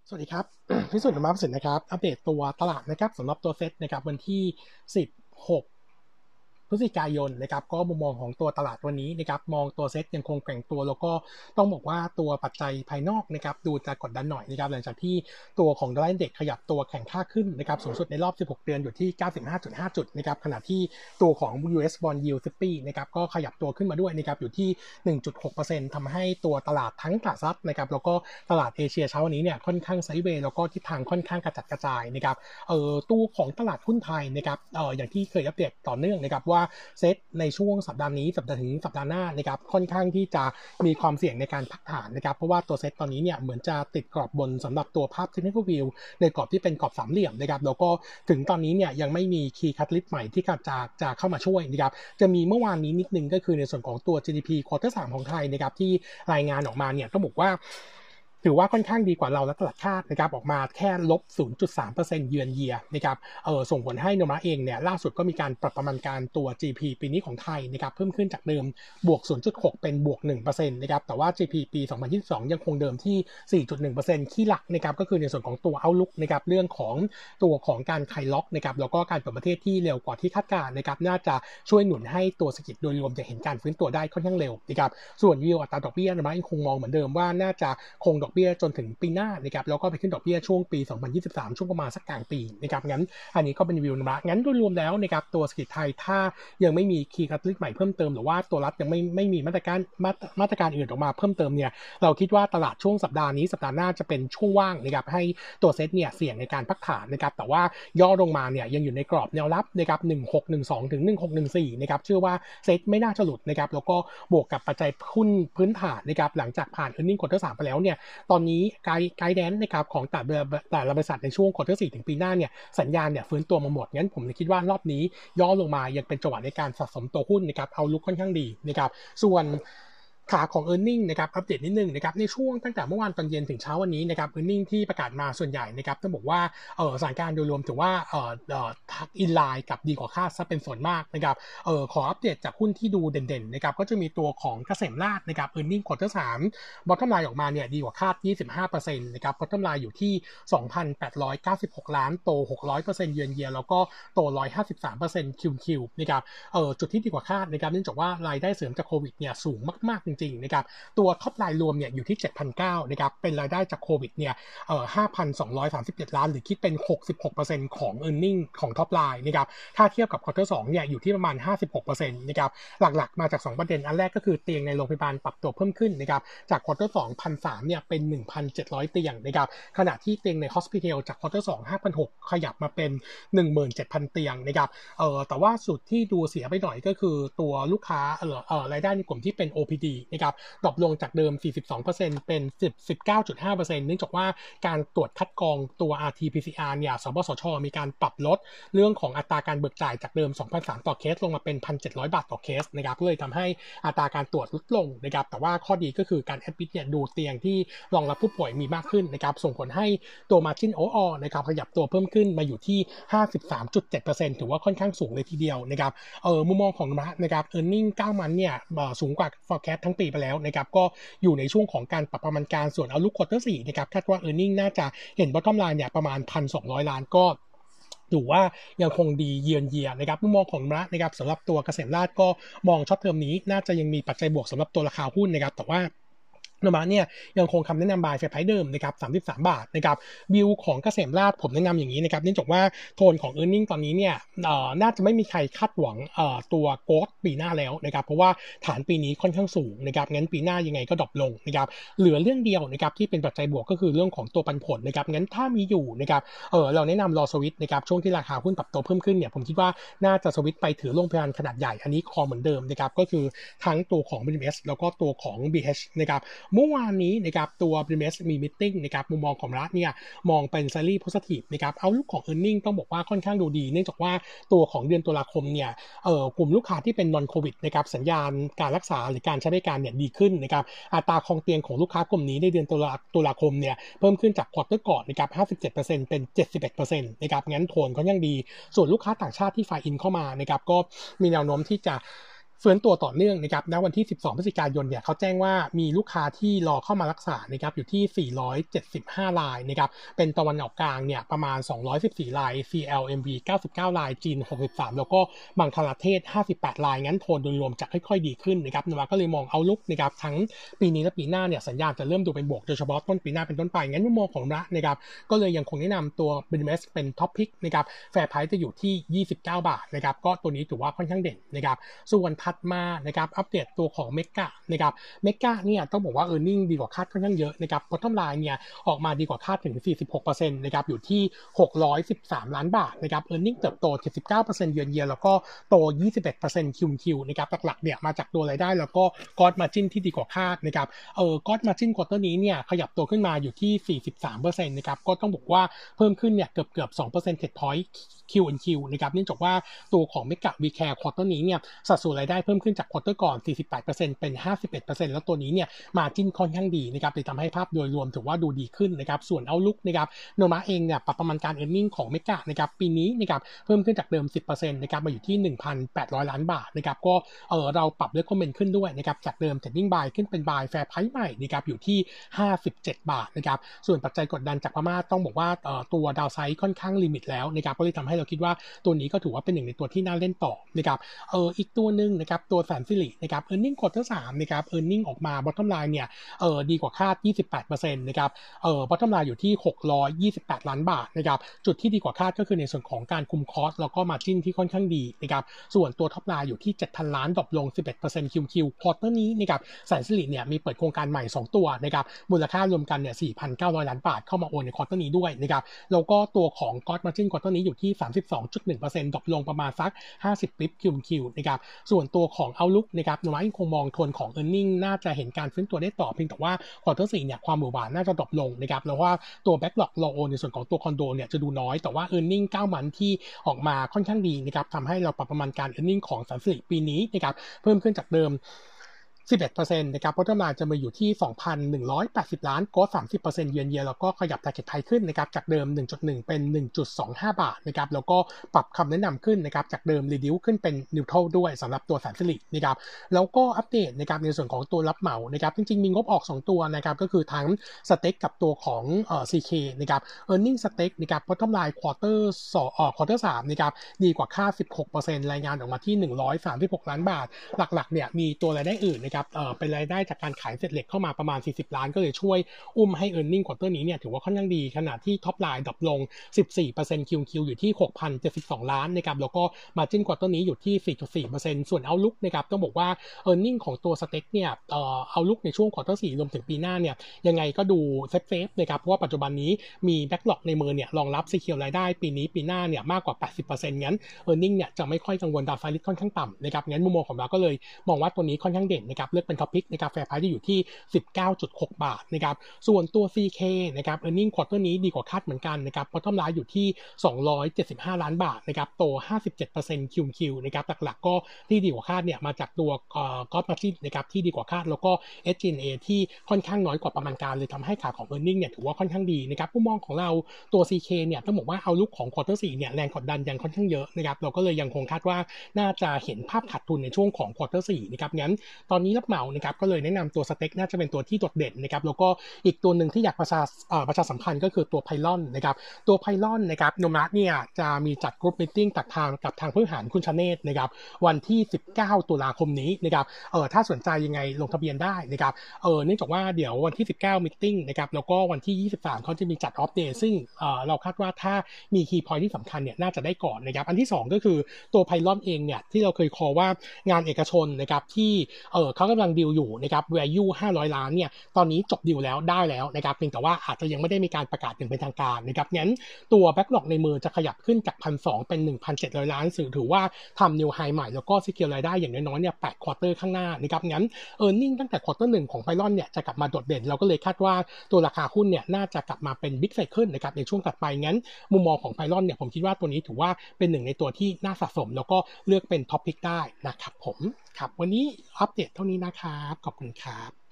สวัสดีครับ พิสุทธิ์มาสินนะครับอัปเดตตัวตลาดนะครับสำหรับตัวเซ็ตนะครับวันที่16พฤศจิกายนนะครับก็มุมมองของตัวตลาดวันนี้นะครับมองตัวเซ็ตยังคงแกว่งตัวแล้วก็ต้องบอกว่าตัวปัจจัยภายนอกนะครับดูจะกดดันหน่อยนะครับหลังจากที่ตัวของดอลลาร์อินเด็กซ์ขยับตัวแข็งค่าขึ้นนะครับสูงสุดในรอบ16เดือนอยู่ที่ 95.5 จุดนะครับขณะที่ตัวของ US Bond Yield 10นะครับก็ขยับตัวขึ้นมาด้วยนะครับอยู่ที่ 1.6% ทำให้ตัวตลาดทั้งตลาดซับนะครับแล้วก็ตลาดเอเชียเช้าวันนี้เนี่ยค่อนข้างไซด์เวย์แล้วก็ทิศทางค่อนข้างกระจัดกระจายนะครับตัวของตลาดหุ้นไทยนะครับอย่างที่เคยอัปเดตต่อเนื่องนะครับว่าเซ็ตในช่วงสัปดาห์นี้สัปดาห์ถึงสัปดาห์หน้านะครับค่อนข้างที่จะมีความเสี่ยงในการพักฐานนะครับเพราะว่าตัวเซ็ตตอนนี้เนี่ยเหมือนจะติดกรอบบนสำหรับตัวภาพ Technical View ในกรอบที่เป็นกรอบสามเหลี่ยมนะครับแล้วก็ถึงตอนนี้เนี่ยยังไม่มี Key Catalyst ใหม่ที่จะเข้ามาช่วยนะครับจะมีเมื่อวานนี้นิดนึงก็คือในส่วนของตัว GDP Quarter 3ของไทยนะครับที่รายงานออกมาเนี่ยต้องบอกว่าถือว่าค่อนข้างดีกว่าเราและตลาดคาดนะครับออกมาแค่ลบ 0.3% เยือนเยียนะครับส่งผลให้โนมะเองเนี่ยล่าสุดก็มีการปรับประมาณการตัว GDP ปีนี้ของไทยนะครับเพิ่มขึ้นจากเดิมบวก 0.6 เป็นบวก 1% นะครับแต่ว่า GDP ปี 2022 ยังคงเดิมที่ 4.1% ที่หลักนะครับก็คือในส่วนของตัว Outlook นะครับเรื่องของตัวของการคลายล็อกนะครับแล้วก็การเปิดประเทศที่เร็วกว่าที่คาดการณ์นะครับน่าจะช่วยหนุนให้ตัวเศรษฐกิจโดยรวมจะเห็นการฟื้นตัวได้ค่อนข้างเร็วนะครับส่วนยิวอัตราดอกเบี้ยโนมะยังคงมองเหมือนเดิมว่าน่าจะคงดอกเบี้ยจนถึงปีหน้านะครับแล้วก็ไปขึ้นดอกเบี้ยช่วงปี 2023 ช่วงประมาณสักกลางปีนะครับงั้นอันนี้ก็เป็นวิวนะงั้นโดยรวมแล้วนะครับตัวเศรษฐกิจไทยถ้ายังไม่มีคีย์คัตลิสต์ใหม่เพิ่มเติมหรือว่าตัวรัฐยังไม่มีมาตรการอื่นออกมาเพิ่มเติมเนี่ยเราคิดว่าตลาดช่วงสัปดาห์นี้สัปดาห์หน้าจะเป็นช่วงว่างนะครับให้ตัวเซ็ตเนี่ยเสี่ยงในการพักฐานนะครับแต่ว่าย่อลงมาเนี่ยยังอยู่ในกรอบแนวรับนะครับ1612ถึง1614นะครับเชื่อว่าเซ็ตไม่น่าจะหลุดนะครับแล้วก็บวกกับปัจจัยหุ้นพื้นฐานนะครับหลังจากผ่าน earning quarter 3ไปแล้วเนี่ยตอนนี้ไกด์แดนนะครับของแต่ละบริษัทในช่วงควอเตอร์4ถึงปีหน้าเนี่ยสัญญาณเนี่ยฟื้นตัวมาหมดงั้นผมคิดว่ารอบนี้ย่อลงมายังเป็นจังหวะในการสะสมตัวหุ้นนะครับเอาลุกค่อนข้างดีนะครับส่วนขาของ earning นะครับอัปเดตนิดนึงนะครับในช่วงตั้งแต่เมื่อวานตอนเย็นถึงเช้าวันนี้นะครับ earning ที่ประกาศมาส่วนใหญ่นะครับต้องบอกว่าสถานการณ์โดยรวมถือว่าทักอินไลน์กับดีกว่าคาดซะเป็นส่วนมากนะครับขออัปเดตจากหุ้นที่ดูเด่นๆนะครับก็จะมีตัวของเกษมราษฎร์นะครับ earning quarter 3 bottom line ออกมาเนี่ยดีกว่าคาด 25% นะครับ bottom line อยู่ที่ 2,896 ล้านโต 600% เยือนเยียแล้วก็โต 153% QQ นะครับจุดที่ดีกว่าคาดนะครับเนื่องจากว่ารายได้เสริมจากโควิดเนี่ยสูงมากๆจริงๆนะครับตัวท็อปไลน์รวมเนี่ยอยู่ที่ 7,900 นะครับเป็นรายได้จากโควิดเนี่ย5,237 ล้านหรือคิดเป็น 66% ของ earning ของท็อปไลน์นะครับถ้าเทียบกับ quarter 2เนี่ยอยู่ที่ประมาณ 56% นะครับหลักๆมาจาก2ประเด็นอันแรกก็คือเตียงในโรงพยาบาลปรับตัวเพิ่มขึ้นนะครับจาก quarter 2 1,300 เนี่ยเป็น 1,700 เตียงนะครับขณะที่เตียงใน hospital จาก quarter 2 5,600 ขยับมาเป็น 17,000 เตียงนะครับแต่ว่าสุดที่ดูเสียไปหน่อยก็คือตัวลูกค้ารายได้ในกลุ่มที่เป็น OPD นะครับดรอปลงจากเดิม 42% เป็น 19.5% เนื่องจากว่าการตรวจคัดกรองตัว RT-PCR เนี่ยสปสช.มีการปรับลดเรื่องของอัตราการเบิกจ่ายจากเดิม 2,300 ต่อเคสลงมาเป็น 1,700 บาทต่อเคสนะครับเลยทำให้อัตราการตรวจลดลงนะครับแต่ว่าข้อดีก็คือการแอดมิดเนี่ยดูเตียงที่รองรับผู้ป่วยมีมากขึ้นนะครับส่งผลให้ตัว Margin Overall นะครับขยับตัวเพิ่มขึ้นมาอยู่ที่ 53.7% ถือว่าค่อนข้างสูงเลยทีเดียวนะครับมุมมองของนะครับ earning 9 มันเนี่ยสูงกว่า forecast ทั้งปีไปแล้วนะครับก็อยู่ในช่วงของการปรับประมาณการส่วนเอาลุก quarter 4นะครับคาดว่า earning น่าจะเห็น bottom line เนี่ยประมาณ 1,200 ล้านก็ถือว่ายังคงดีเยือนเยียนะครับมุมมองของนะครับสำหรับตัวเกษมราษฎร์ก็มองช็อตเทอมนี้น่าจะยังมีปัจจัยบวกสำหรับตัวราคาหุ้นนะครับแต่ว่าโนมะเนี่ยยังคงคำแนะนำบายเฟรไพรส์เดิมนะครับ33 บาทนะครับวิวของเกษมราษฎร์ผมแนะนำอย่างนี้นะครับเนื่องจากว่าโทนของ earning ตอนนี้เนี่ยน่าจะไม่มีใครคาดหวังตัวโกลด์ปีหน้าแล้วนะครับเพราะว่าฐานปีนี้ค่อนข้างสูงนะครับงั้นปีหน้ายังไงก็ดรอปลงนะครับเหลือเรื่องเดียวนะครับที่เป็นปัจจัยบวกก็คือเรื่องของตัวปันผลนะครับงั้นถ้ามีอยู่นะครับเราแนะนำรอสวิตช์นะครับช่วงที่ราคาหุ้นปรับตัวเพิ่มขึ้นเนี่ยผมคิดว่าน่าจะสวิตช์ไปถือโรงพยาบาลขนาดใหญ่อันนี้คอเหมือนเดิมนะครับก็คือทั้งตัวของ BMS แล้วก็ตัวของ BH นะครับเมื่อวานนี้นะครับตัว BMS มีมิทติ้งนะครับมุมมองของรัฐเนี่ยมองเป็น Slightly Positive นะครับเอาลุกของ earning ต้องบอกว่าค่อนข้างดูดีเนื่องจากว่าตัวของเดือนตุลาคมเนี่ยกลุ่มลูกค้าที่เป็น non covid นะครับสัญญาณการรักษาหรือการใช้บริการเนี่ยดีขึ้นนะครับอัตราครองเตียงของลูกค้ากลุ่มนี้ในเดือนตุลาคมเนี่ยเพิ่มขึ้นจากควอเตอร์ก่อนนะครับ 57% เป็น 71% นะครับงั้นโทนค่อนข้างดีส่วนลูกค้าต่างชาติที่ไฟอินเข้ามานะครับก็มีแนวโน้มที่จะเฟื้นตัวต่อเนื่องนะครับณวันที่ 12 พฤศจิกายนเนี่ยเขาแจ้งว่ามีลูกค้าที่รอเข้ามารักษานะครับอยู่ที่ 475 รายนะครับเป็นตะวันออกกลางเนี่ยประมาณ 214 ราย CLMV 99 รายจีน 63 แล้วก็บังคลาเทศ 58 รายงั้นโทนโดยรวมจะค่อยๆดีขึ้นนะครับนวาก็เลยมองเอาลุกนะครับทั้งปีนี้และปีหน้าเนี่ยสัญญาณจะเริ่มดูเป็นบวกโดยเฉพาะต้นปีหน้าเป็นต้นไปงั้นมุมมองของระนะครับก็เลยยังคงแนะนำตัว BMS เป็นท็อปพิกนะครับแฟร์ไพรซ์จะอยู่ที่29 บาทนะครับก็ตัวนี้ถือว่าค่อนข้างเด่นนะครับส่วนถัดมานะครับอัปเดตตัวของเมกะนะครับเมกะเนี่ยต้องบอกว่า earning ดีกว่าคาดค่อนข้างเยอะนะครับ bottom line เนี่ยออกมาดีกว่าคาดถึง 46% นะครับอยู่ที่613 ล้านบาทนะครับ earning เติบโต 79% year-on-year แล้วก็โต 21% QoQ นะครับหลักๆเนี่ยมาจากตัวรายได้แล้วก็ gross margin ที่ดีกว่าคาดนะครับgross margin quarter นี้เนี่ยขยับตัวขึ้นมาอยู่ที่ 43% นะครับก็ต้องบอกว่าเพิ่มขึ้นเนี่ยเกือบ2 percentage point Q&Q นะครับเนื่องจากว่าตัวของ Mega V Care Quarter นี้เนี่ยสัดส่วนรายได้เพิ่มขึ้นจาก Quarter ก่อน 48% เป็น 51% แล้วตัวนี้เนี่ย Margin ค่อนข้างดีนะครับเลยทำให้ภาพโดยรวมถือว่าดูดีขึ้นนะครับส่วน Outlook นะครับโนมาเองเนี่ยปรับประมาณการ Earning ของ Mega นะครับปีนี้นะครับเพิ่มขึ้นจากเดิม 10% นะครับมาอยู่ที่ 1,800 ล้านบาทนะครับก็เราปรับ Recommend ขึ้นด้วยนะครับจากเดิม Trading Buy ขึ้นเป็น Buy Fair Price ใหม่นะครับอยู่ที่57 บาทนะครับส่วนปัจจัยกดดันจากพม่าต้องบอกว่าตัวดาวไซด์ค่อนข้างลิมิตแล้วนะครับก็เลยทำให้เราคิดว่าตัวนี้ก็ถือว่าเป็นหนึ่งในตัวที่น่าเล่นต่อนะครับอีกตัวหนึ่งนะครับตัวแสนสิรินะครับ earning quarter 3นะครับ earning ออกมา bottom line เนี่ยดีกว่าคาด 28% นะครับbottom line อยู่ที่628 ล้านบาทนะครับจุดที่ดีกว่าคาดก็คือในส่วนของการคุมคอสแล้วก็ margin ที่ค่อนข้างดีนะครับส่วนตัว top line อยู่ที่ 7,000 ล้านดรอปลง 11% QQ quarter นี้นะครับแสนสิริเนี่ยมีเปิดโครงการใหม่2ตัวนะครับมูลค่ารวมกันเนี่ย 4,900 ล้านบาทเข้ามาโอนใน quarter นี้ด้วยนะครับแล้วก็ตัวของ gross margin quarter นี้อยู่ที่ 32.1% ดรอปลงประมาณสัก50 ปิ๊บ QQ นะครับส่วนตัวของ Outlook นะครับน้อยคงมองโทนของ earning น่าจะเห็นการฟื้นตัวได้ต่อเพียงแต่ว่า quarter 4เนี่ยความหวือหวาน่าจะดรอปลงนะครับแล้วว่าตัว backlog รอโอนในส่วนของตัวคอนโดเนี่ยจะดูน้อยแต่ว่า earning 9 มันที่ออกมาค่อนข้างดีนะครับทำให้เราปรับประมาณการ earning ของแสนสิริปีนี้นะครับเพิ่มขึ้นจากเดิม11% นะครับ bottom line จะมาอยู่ที่ 2,180 ล้านก็ 30% year-on-year แล้วก็ขยับ target price ขึ้นนะครับจากเดิม 1.1 เป็น 1.25 บาทนะครับแล้วก็ปรับคำแนะนำขึ้นนะครับจากเดิม reduce ขึ้นเป็น neutral ด้วยสำหรับตัวแสนสิรินะครับแล้วก็อัปเดตนะครับในส่วนของตัวรับเหมานะครับจริงๆมีงบออก2ตัวนะครับก็คือทั้งสเต็กกับตัวของCK นะครับ earning สเต็กนะครับ bottom line quarter 3นะครับดีกว่าคาด 16% รายงานออกมาที่136 ล้านบาทหลักๆเนี่ยมีตัวรายได้อื่นเป็นรายได้จากการขายเศษเหล็กเข้ามาประมาณ40ล้านก็เลยช่วยอุ้มให้ earning quarter นี้เนี่ยถือว่าค่อนข้างดีขณะที่ top line ดรอปลง 14% QQ อยู่ที่ 6,072 ล้านนะครับแล้วก็ margin quarter นี้อยู่ที่ 4.4% ส่วน outlook นะครับต้องบอกว่า earning ของตัวสเต็กเนี่ยoutlook ในช่วง quarter 4รวมถึงปีหน้าเนี่ยยังไงก็ดูเซฟนะครับเพราะว่าปัจจุบันนี้มี backlog ในมือเนี่ยรองรับ secure รายได้ปีนี้ปีหน้าเนี่ยมากกว่า 80% งั้น earning เนี่ยจะไม่ค่อยกังวล downside risk ค่อนข้างต่ำนะครับงั้นมุมมองของเราก็เลยมองว่าตัวนี้ค่อนข้างเด่นนะครับเลือกเป็นท็อปพิกนะครับแฟร์ไพรซ์จะอยู่ที่ 19.6 บาทนะครับส่วนตัว CK นะครับ earning quarter นี้ดีกว่าคาดเหมือนกันนะครับ bottom line อยู่ที่275 ล้านบาทนะครับโต 57% QQ นะครับหลักๆก็ที่ดีกว่าคาดเนี่ยมาจากตัวgross margin นะครับที่ดีกว่าคาดแล้วก็ SG&A ที่ค่อนข้างน้อยกว่าประมาณการเลยทำให้ขาของ earning เนี่ยถือว่าค่อนข้างดีนะครับมุมมองของเราตัว CK เนี่ยต้องบอกว่าเอาลุกของ quarter 4เนี่ยแรงกดดันยังค่อนข้างเยอะนะครับเราก็เลยยังคงคาดว่าน่าจะเห็นภาพขาดทุนในช่วงของ quarter 4นะครับงั้นตอนนี้รับเหมานะครับก็เลยแนะนำตัวสเต็กน่าจะเป็นตัวที่โดดเด่นนะครับแล้วก็อีกตัวหนึ่งที่อยากประชาสัมพันธ์ก็คือตัวไพลอนนะครับตัวไพลอนนะครับโนมัสเนี่ยจะมีจัดกรุ๊ปมีตติ้งกับทางผู้บริหารคุณชเนศนะครับวันที่19ตุลาคมนี้นะครับถ้าสนใจยังไงลงทะเบียนได้นะครับเนื่องจากว่าเดี๋ยววันที่19มีตติ้งนะครับแล้วก็วันที่23เขาจะมีจัดออฟเดย์ซึ่งเราคาดว่าถ้ามีคีย์พอยท์ที่สำคัญเนี่ยน่าจะได้ก่อนนะครับอันที่2ก็คือตัวไพลอนเองเนี่ยที่เราเคยคอว่างานเอกชนนะครับที่เขากำลังดีลอยู่นะครับ value 500 ล้านเนี่ยตอนนี้จบดีลแล้วได้แล้วนะครับเพียงแต่ว่าอาจจะยังไม่ได้มีการประกาศอย่างเป็นทางการนะครับงั้นตัว backlog ในมือจะขยับขึ้นจาก 1,200 เป็น 1,700 ล้านถือว่าทำ new high ใหม่แล้วก็ secure รายได้อย่างน้อยๆเนี่ย8 quarter ข้างหน้านะครับงั้น earning ตั้งแต่ quarter 1ของ Pylon เนี่ยจะกลับมาโดดเด่นเราก็เลยคาดว่าตัวราคาหุ้นเนี่ยน่าจะกลับมาเป็น big cycle นะครับในช่วงถัดไปงั้นมุมมองของ Pylon เนี่ยผมคิดว่าตัวนี้ถือว่าเป็นหนึ่งในตัวที่น่าสะสมแล้วก็เลือกเป็น top pick ได้นะครับผมครับวันนี้อัปเดตเท่านี้นะครับขอบคุณครับ